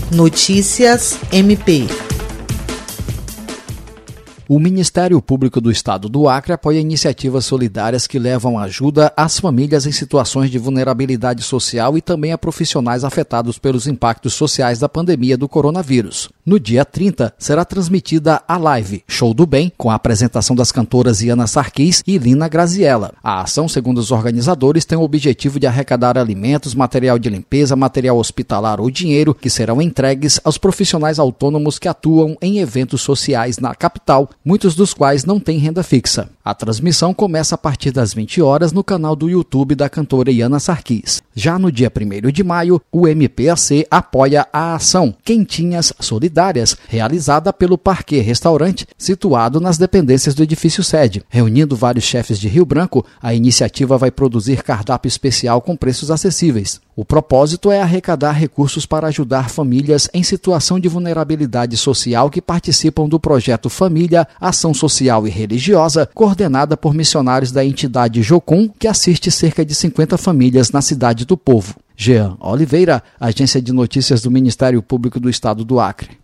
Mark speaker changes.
Speaker 1: Notícias MP.
Speaker 2: O Ministério Público do Estado do Acre apoia iniciativas solidárias que levam ajuda às famílias em situações de vulnerabilidade social e também a profissionais afetados pelos impactos sociais da pandemia do coronavírus. No dia 30, será transmitida a live Show do Bem, com a apresentação das cantoras Iana Sarquis e Lina Graziella. A ação, segundo os organizadores, tem o objetivo de arrecadar alimentos, material de limpeza, material hospitalar ou dinheiro que serão entregues aos profissionais autônomos que atuam em eventos sociais na capital, muitos dos quais não têm renda fixa. A transmissão começa a partir das 20 horas no canal do YouTube da cantora Iana Sarquis. Já no dia 1º de maio, o MPAC apoia a ação Quentinhas Solidárias, realizada pelo Parquet Restaurante, situado nas dependências do edifício sede. Reunindo vários chefes de Rio Branco, a iniciativa vai produzir cardápio especial com preços acessíveis. O propósito é arrecadar recursos para ajudar famílias em situação de vulnerabilidade social que participam do projeto Família, Ação Social e Religiosa, coordenada por missionários da entidade Jocum, que assiste cerca de 50 famílias na Cidade do Povo. Jean Oliveira, Agência de Notícias do Ministério Público do Estado do Acre.